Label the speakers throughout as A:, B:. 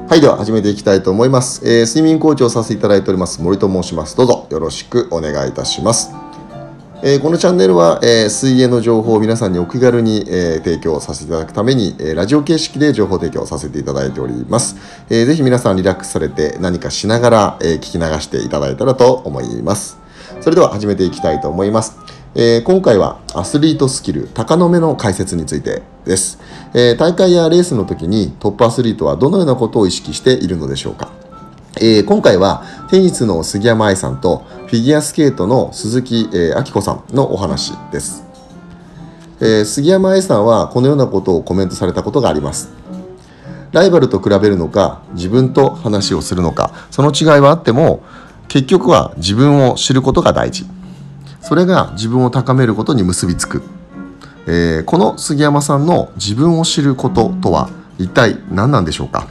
A: はい、では始めていきたいと思います。睡眠コーチをさせていただいております森と申します。どうぞよろしくお願いいたします。このチャンネルは、水泳の情報を皆さんにお気軽に、提供させていただくために、ラジオ形式で情報提供させていただいております。ぜひ皆さんリラックスされて何かしながら、聞き流していただいたらと思います。それでは始めていきたいと思います。今回はアスリートスキル鷹の目の解説についてです。大会やレースの時にトップアスリートはどのようなことを意識しているのでしょうか。今回はテニスの杉山愛さんとフィギュアスケートの鈴木明子さんのお話です。杉山愛さんはこのようなことをコメントされたことがあります。ライバルと比べるのか自分と話をするのか、その違いはあっても結局は自分を知ることが大事。それが自分を高めることに結びつく。この杉山さんの自分を知ることとは一体何なんでしょうか。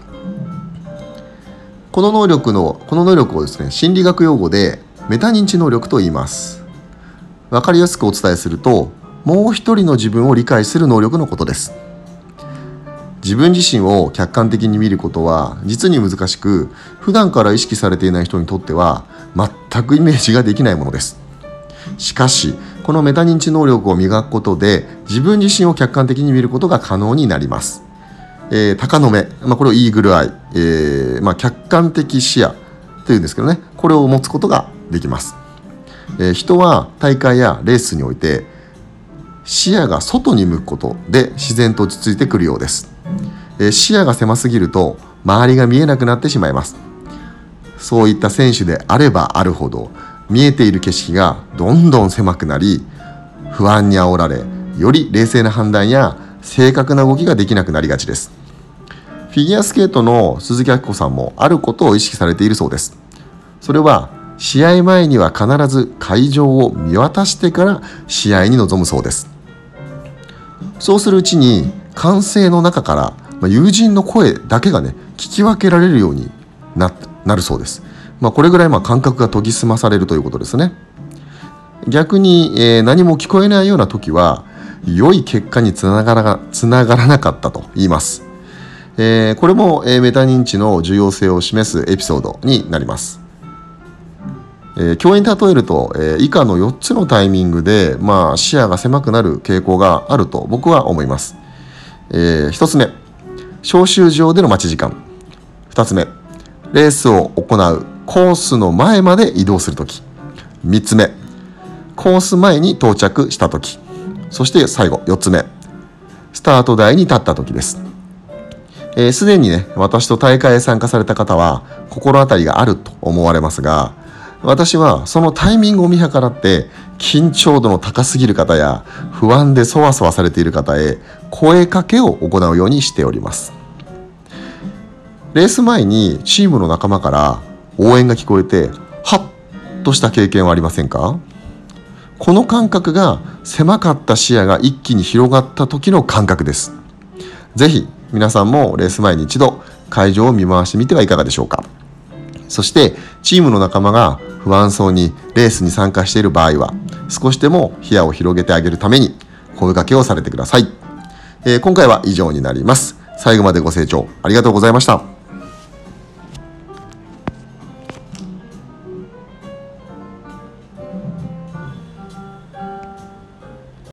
A: この能力をですね、心理学用語でメタ認知能力と言います。わかりやすくお伝えすると、もう一人の自分を理解する能力のことです。自分自身を客観的に見ることは実に難しく、普段から意識されていない人にとっては全くイメージができないものです。しかし、このメタ認知能力を磨くことで自分自身を客観的に見ることが可能になります。鷹の目、これをイーグルアイ、客観的視野というんですけどね、これを持つことができます。人は大会やレースにおいて視野が外に向くことで自然と落ち着いてくるようです。視野が狭すぎると周りが見えなくなってしまいます。そういった選手であればあるほど見えている景色がどんどん狭くなり、不安に煽られ、より冷静な判断や正確な動きができなくなりがちです。フィギュアスケートの鈴木明子さんもあることを意識されているそうです。それは試合前には必ず会場を見渡してから試合に臨むそうです。そうするうちに歓声の中から友人の声だけがね、聞き分けられるようになるそうです。これぐらい感覚が研ぎ澄まされるということですね。逆に、何も聞こえないような時は良い結果につながらなかったと言います。これも、メタ認知の重要性を示すエピソードになります。教員に例えると、以下の4つのタイミングで、視野が狭くなる傾向があると僕は思います。1つ目、招集場での待ち時間。2つ目、レースを行うコースの前まで移動するとき。3つ目、コース前に到着したとき。そして最後、4つ目、スタート台に立ったときです。すでにね、私と大会へ参加された方は心当たりがあると思われますが、私はそのタイミングを見計らって緊張度の高すぎる方や不安でそわそわされている方へ声かけを行うようにしております。レース前にチームの仲間から応援が聞こえてハッとした経験はありませんか？この感覚が狭かった視野が一気に広がった時の感覚です。ぜひ皆さんもレース前に一度会場を見回してみてはいかがでしょうか。そしてチームの仲間が不安そうにレースに参加している場合は少しでも視野を広げてあげるために声かけをされてください。今回は以上になります。最後までご清聴ありがとうございました。